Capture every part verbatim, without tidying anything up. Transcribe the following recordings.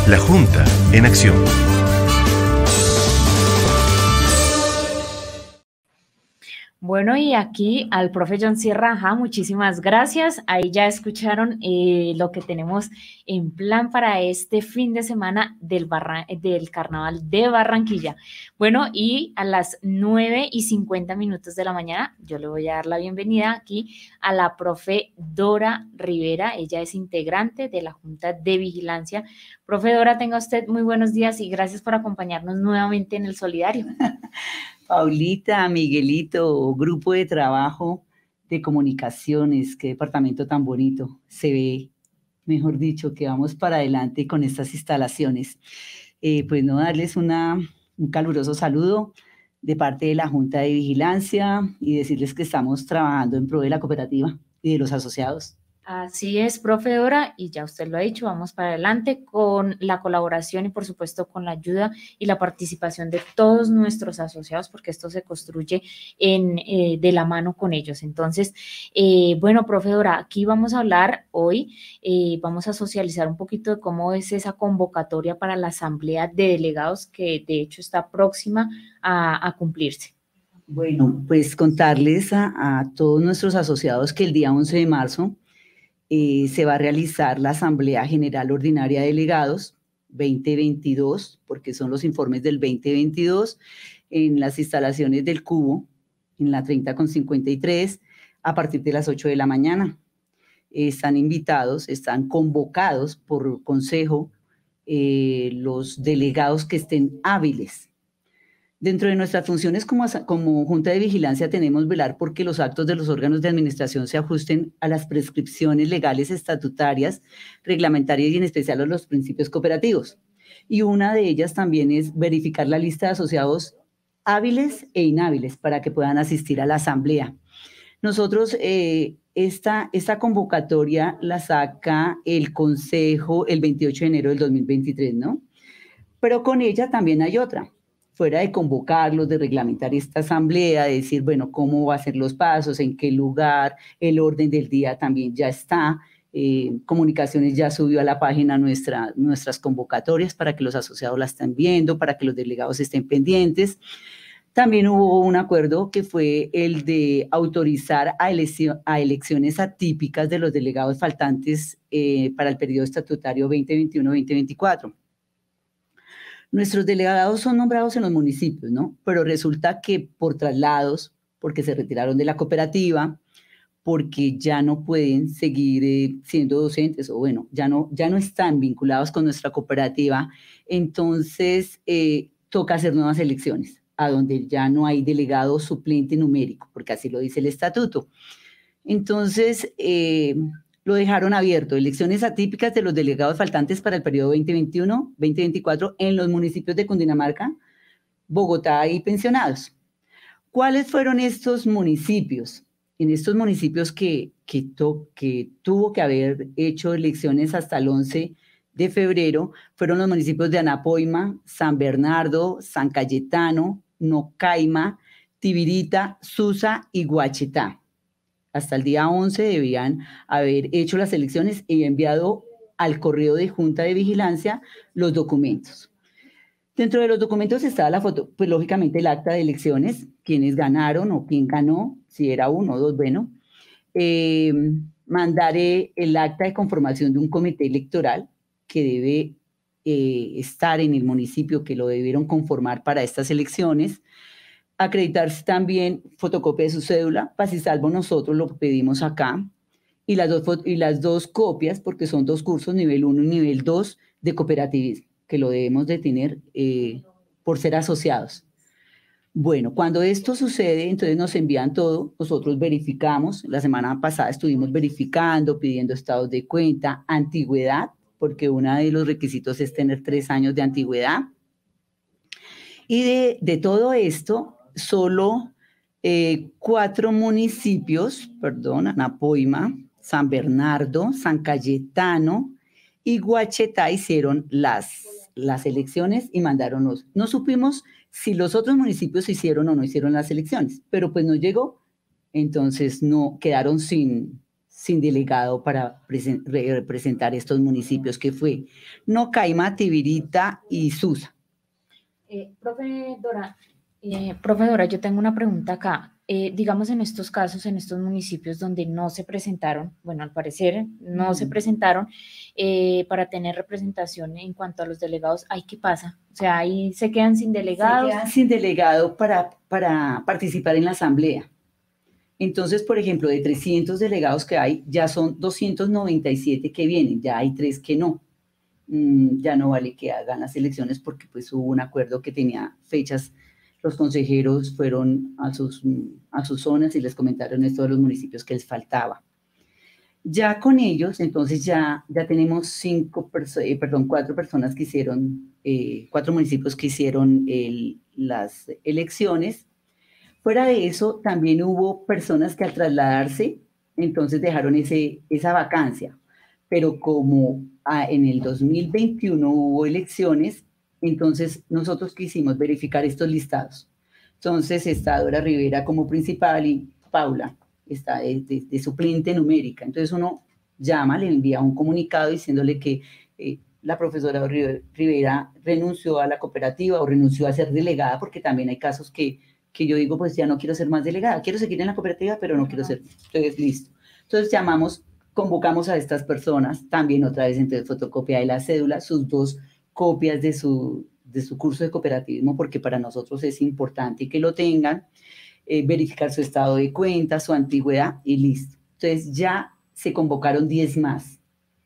La Junta en acción. Bueno, y aquí al profe John Sierra, ajá, muchísimas gracias. Ahí ya escucharon eh, lo que tenemos en plan para este fin de semana del, Barra del Carnaval de Barranquilla. Bueno, y a las nueve y cincuenta minutos de la mañana, yo le voy a dar la bienvenida aquí a la profe Dora Rivera. Ella es integrante de la Junta de Vigilancia. Profe Dora, tenga usted muy buenos días y gracias por acompañarnos nuevamente en el Solidario. Paulita, Miguelito, grupo de trabajo de comunicaciones, qué departamento tan bonito. Se ve, mejor dicho, que vamos para adelante con estas instalaciones. Eh, pues no darles una, un caluroso saludo de parte de la Junta de Vigilancia y decirles que estamos trabajando en pro de la cooperativa y de los asociados. Así es, profe Dora, y ya usted lo ha dicho, vamos para adelante con la colaboración y por supuesto con la ayuda y la participación de todos nuestros asociados, porque esto se construye en, eh, de la mano con ellos. Entonces, eh, bueno, profe Dora, aquí vamos a hablar hoy, eh, vamos a socializar un poquito de cómo es esa convocatoria para la asamblea de delegados que de hecho está próxima a, a cumplirse. Bueno, pues contarles a, a todos nuestros asociados que el día once de marzo Eh, se va a realizar la Asamblea General Ordinaria de Delegados veinte veintidós, porque son los informes del veinte veintidós, en las instalaciones del Cubo, en la treinta con cincuenta y tres, a partir de las ocho de la mañana. Eh, están invitados, están convocados por consejo eh, los delegados que estén hábiles. Dentro de nuestras funciones como, como Junta de Vigilancia tenemos velar porque los actos de los órganos de administración se ajusten a las prescripciones legales estatutarias, reglamentarias y en especial a los principios cooperativos. Y una de ellas también es verificar la lista de asociados hábiles e inhábiles para que puedan asistir a la asamblea. Nosotros, eh, esta, esta convocatoria la saca el Consejo el veintiocho de enero del dos mil veintitrés, ¿no? Pero con ella también hay otra. Fuera de convocarlos, de reglamentar esta asamblea, de decir, bueno, cómo va a ser los pasos, en qué lugar, el orden del día también ya está. Eh, Comunicaciones ya subió a la página nuestra, nuestras convocatorias para que los asociados la estén viendo, para que los delegados estén pendientes. También hubo un acuerdo que fue el de autorizar a, elección, a elecciones atípicas de los delegados faltantes eh, para el periodo estatutario veinte veintiuno veinte veinticuatro. Nuestros delegados son nombrados en los municipios, ¿no? Pero resulta que por traslados, porque se retiraron de la cooperativa, porque ya no pueden seguir eh, siendo docentes, o bueno, ya no, ya no están vinculados con nuestra cooperativa, entonces eh, toca hacer nuevas elecciones, a donde ya no hay delegado suplente numérico, porque así lo dice el estatuto. Entonces, eh, lo dejaron abierto, elecciones atípicas de los delegados faltantes para el periodo veinte veintiuno veinte veinticuatro en los municipios de Cundinamarca, Bogotá y pensionados. ¿Cuáles fueron estos municipios? En estos municipios que, que, to, que tuvo que haber hecho elecciones hasta el once de febrero, fueron los municipios de Anapoima, San Bernardo, San Cayetano, Nocaima, Tibirita, Susa y Guachetá. Hasta el día once debían haber hecho las elecciones y enviado al correo de Junta de Vigilancia los documentos. Dentro de los documentos estaba la foto, pues lógicamente el acta de elecciones, quiénes ganaron o quién ganó, si era uno o dos, bueno. Eh, mandaré el acta de conformación de un comité electoral que debe eh, estar en el municipio que lo debieron conformar para estas elecciones. Acreditarse también fotocopia de su cédula, para si salvo nosotros lo pedimos acá, y las, dos, y las dos copias, porque son dos cursos, nivel uno y nivel dos, de cooperativismo, que lo debemos de tener eh, por ser asociados. Bueno, cuando esto sucede, entonces nos envían todo, nosotros verificamos, la semana pasada estuvimos verificando, pidiendo estados de cuenta, antigüedad, porque uno de los requisitos es tener tres años de antigüedad, y de, de todo esto, solo eh, cuatro municipios, perdón, Anapoima, San Bernardo, San Cayetano y Guachetá hicieron las, las elecciones y mandaron los. No supimos si los otros municipios hicieron o no hicieron las elecciones, pero pues no llegó, entonces no quedaron sin, sin delegado para representar estos municipios, que fue Nocaima, Tibirita y Susa. Eh, profe Dora, eh, profe Dora, yo tengo una pregunta acá. Eh, digamos en estos casos, en estos municipios donde no se presentaron, bueno, al parecer no mm. se presentaron eh, para tener representación en cuanto a los delegados, ¿ahí qué pasa? O sea, ahí se quedan sin delegados. Se quedan sin delegado para, para participar en la asamblea. Entonces, por ejemplo, de trescientos delegados que hay, ya son doscientos noventa y siete que vienen, ya hay tres que no. Mm, ya no vale que hagan las elecciones porque pues hubo un acuerdo que tenía fechas. Los consejeros fueron a sus, a sus zonas y les comentaron esto de los municipios que les faltaba. Ya con ellos, entonces ya, ya tenemos cinco, eh, perdón, cuatro personas que hicieron, eh, cuatro municipios que hicieron el, las elecciones. Fuera de eso, también hubo personas que al trasladarse, entonces dejaron ese, esa vacancia. Pero como ah, en el dos mil veintiuno hubo elecciones, entonces nosotros quisimos verificar estos listados. Entonces está Dora Rivera como principal y Paula está de, de, de suplente numérica. Entonces uno llama, le envía un comunicado diciéndole que eh, la profesora Rivera renunció a la cooperativa o renunció a ser delegada, porque también hay casos que, que yo digo, pues ya no quiero ser más delegada, quiero seguir en la cooperativa, pero no uh-huh. quiero ser. Entonces, listo. Entonces llamamos, convocamos a estas personas, también otra vez entonces fotocopia de la cédula, sus dos copias de su, de su curso de cooperativismo, porque para nosotros es importante que lo tengan, eh, verificar su estado de cuenta, su antigüedad y listo. Entonces ya se convocaron diez más,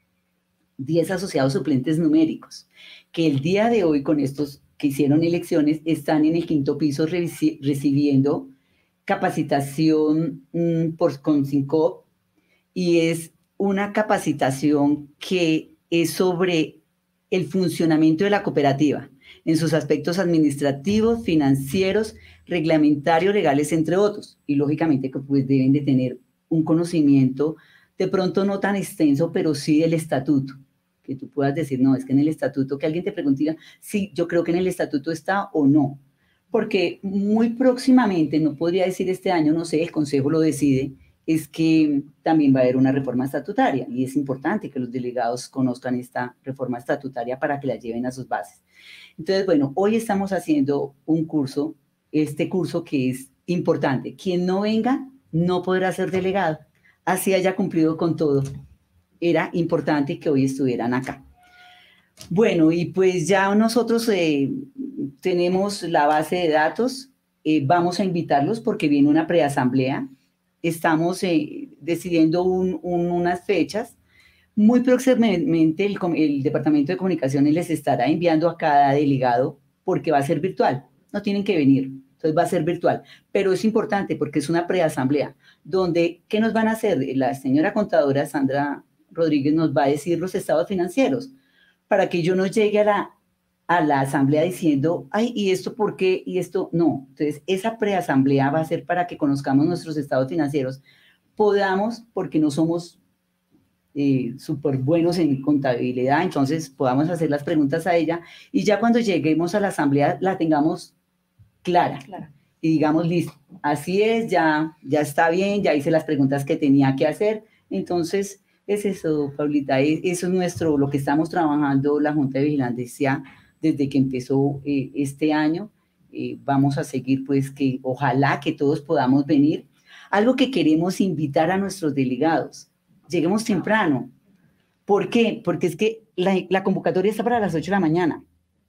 diez asociados suplentes numéricos, que el día de hoy con estos que hicieron elecciones están en el quinto piso reci recibiendo capacitación mmm, por Consincop, y es una capacitación que es sobre el funcionamiento de la cooperativa en sus aspectos administrativos, financieros, reglamentarios, legales, entre otros. Y lógicamente que pues deben de tener un conocimiento, de pronto no tan extenso, pero sí del estatuto. Que tú puedas decir, no, es que en el estatuto, que alguien te pregunte, sí, yo creo que en el estatuto está o no. Porque muy próximamente, no podría decir este año, no sé, el Consejo lo decide, es que también va a haber una reforma estatutaria y es importante que los delegados conozcan esta reforma estatutaria para que la lleven a sus bases. Entonces, bueno, hoy estamos haciendo un curso, este curso que es importante. Quien no venga no podrá ser delegado, así haya cumplido con todo. Era importante que hoy estuvieran acá. Bueno, y pues ya nosotros eh, tenemos la base de datos, eh, vamos a invitarlos porque viene una preasamblea. Estamos eh, decidiendo un, un, unas fechas. Muy próximamente el, el Departamento de Comunicaciones les estará enviando a cada delegado porque va a ser virtual. No tienen que venir, entonces va a ser virtual. Pero es importante porque es una preasamblea donde, ¿qué nos van a hacer? La señora contadora Sandra Rodríguez nos va a decir los estados financieros para que yo no llegue a la, a la asamblea diciendo, ay, ¿y esto por qué? ¿Y esto? No. Entonces, esa preasamblea va a ser para que conozcamos nuestros estados financieros, podamos, porque no somos eh, súper buenos en contabilidad, entonces podamos hacer las preguntas a ella y ya cuando lleguemos a la asamblea la tengamos clara. Claro. Y digamos, listo, así es, ya, ya está bien, ya hice las preguntas que tenía que hacer. Entonces, es eso, Paulita, eso es nuestro, lo que estamos trabajando la Junta de Vigilancia desde que empezó eh, este año. Eh, vamos a seguir, pues, que ojalá que todos podamos venir. Algo que queremos invitar a nuestros delegados, lleguemos temprano. ¿Por qué? Porque es que la, la convocatoria está para las ocho de la mañana.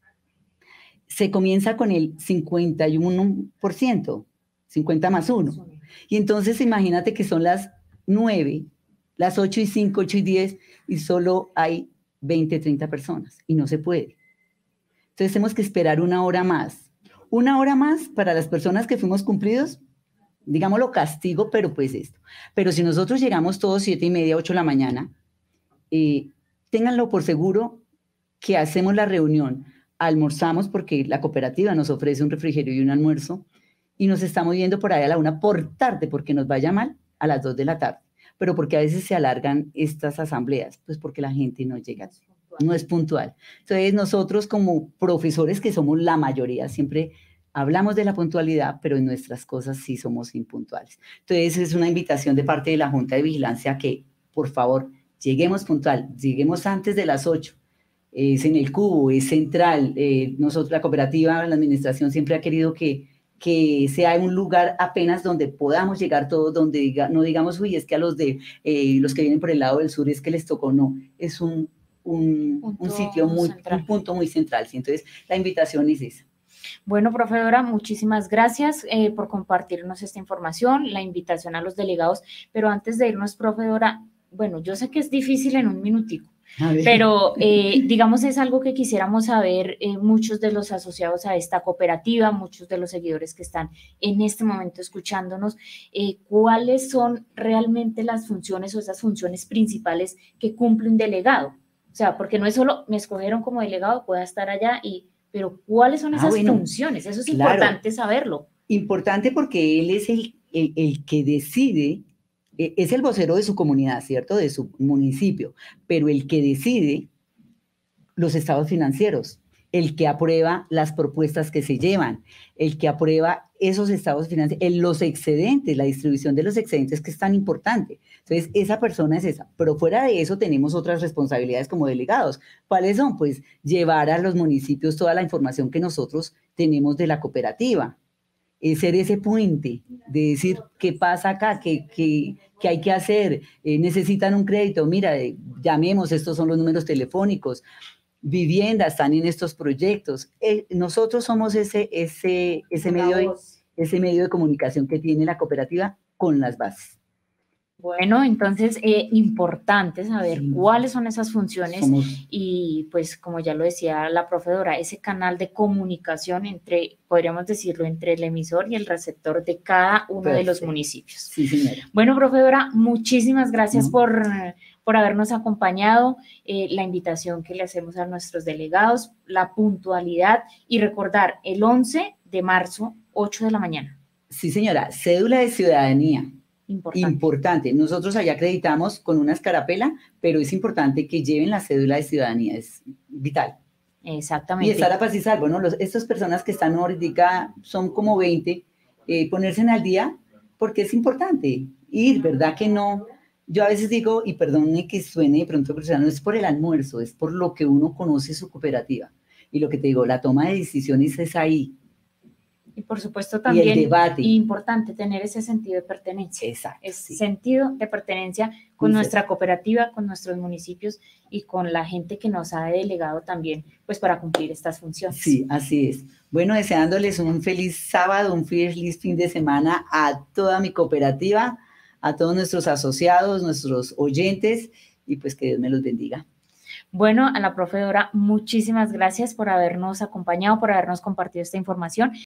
Se comienza con el cincuenta y uno por ciento, cincuenta más uno. Y entonces imagínate que son las nueve, las ocho y cinco, ocho y diez, y solo hay veinte, treinta personas, y no se puede. Entonces tenemos que esperar una hora más. Una hora más para las personas que fuimos cumplidos, digámoslo castigo, pero pues esto. Pero si nosotros llegamos todos siete y media, ocho de la mañana, eh, ténganlo por seguro que hacemos la reunión, almorzamos porque la cooperativa nos ofrece un refrigerio y un almuerzo, y nos estamos viendo por ahí a la una por tarde, porque nos vaya mal, a las dos de la tarde. Pero porque a veces se alargan estas asambleas, pues porque la gente no llega, no es puntual. Entonces nosotros como profesores, que somos la mayoría, siempre hablamos de la puntualidad, pero en nuestras cosas sí somos impuntuales. Entonces es una invitación de parte de la Junta de Vigilancia que por favor, lleguemos puntual, lleguemos antes de las ocho. Es en el cubo, es central. Eh, nosotros, la cooperativa, la administración siempre ha querido que, que sea un lugar apenas donde podamos llegar todos, donde diga, no digamos, uy, es que a los, de, eh, los que vienen por el lado del sur es que les tocó, no, es un, un, punto un sitio muy, central. Un punto muy central. ¿Sí? Entonces, la invitación es esa. Bueno, profesora, muchísimas gracias eh, por compartirnos esta información, la invitación a los delegados, pero antes de irnos, profesora, bueno, yo sé que es difícil en un minutico, pero eh, digamos es algo que quisiéramos saber eh, muchos de los asociados a esta cooperativa, muchos de los seguidores que están en este momento escuchándonos, eh, cuáles son realmente las funciones o esas funciones principales que cumple un delegado. O sea, porque no es solo me escogieron como delegado, pueda estar allá y... Pero, ¿cuáles son esas ah, bueno, funciones? Eso es claro, importante saberlo. Importante porque él es el, el, el que decide, es el vocero de su comunidad, ¿cierto? De su municipio, pero el que decide los estados financieros, el que aprueba las propuestas que se llevan, el que aprueba esos estados financieros, los excedentes, la distribución de los excedentes, que es tan importante. Entonces, esa persona es esa. Pero fuera de eso tenemos otras responsabilidades como delegados. ¿Cuáles son? Pues llevar a los municipios toda la información que nosotros tenemos de la cooperativa. Es ser ese puente de decir, ¿qué pasa acá? ¿Qué, qué, qué hay que hacer? Eh, ¿Necesitan un crédito? Mira, eh, llamemos, estos son los números telefónicos. Viviendas están en estos proyectos. Eh, nosotros somos ese, ese, ese, medio de, ese medio de comunicación que tiene la cooperativa con las bases. Bueno, entonces, eh, importante saber sí. cuáles son esas funciones somos, y pues, como ya lo decía la profesora, ese canal de comunicación entre, podríamos decirlo, entre el emisor y el receptor de cada uno perfecto. De los municipios. Sí, señora. Bueno, profesora, muchísimas gracias ¿no? por... por habernos acompañado, eh, la invitación que le hacemos a nuestros delegados, la puntualidad y recordar el once de marzo, ocho de la mañana. Sí, señora, cédula de ciudadanía. Importante. Importante. Nosotros allá acreditamos con una escarapela, pero es importante que lleven la cédula de ciudadanía, es vital. Exactamente. Y estar a paz y salvo, ¿no? Los, estas personas que están ahorita son como veinte, eh, ponerse al día, porque es importante ir, ¿verdad que no? Yo a veces digo, y perdónenme que suene de pronto grosero, no es por el almuerzo, es por lo que uno conoce su cooperativa. Y lo que te digo, la toma de decisiones es ahí. Y por supuesto también y el debate. Importante tener ese sentido de pertenencia. Exacto. Es sí. sentido de pertenencia con sí, nuestra cooperativa, con nuestros municipios y con la gente que nos ha delegado también, pues para cumplir estas funciones. Sí, así es. Bueno, deseándoles un feliz sábado, un feliz fin de semana a toda mi cooperativa, a todos nuestros asociados, nuestros oyentes, y pues que Dios me los bendiga. Bueno, a la profesora, muchísimas gracias por habernos acompañado, por habernos compartido esta información.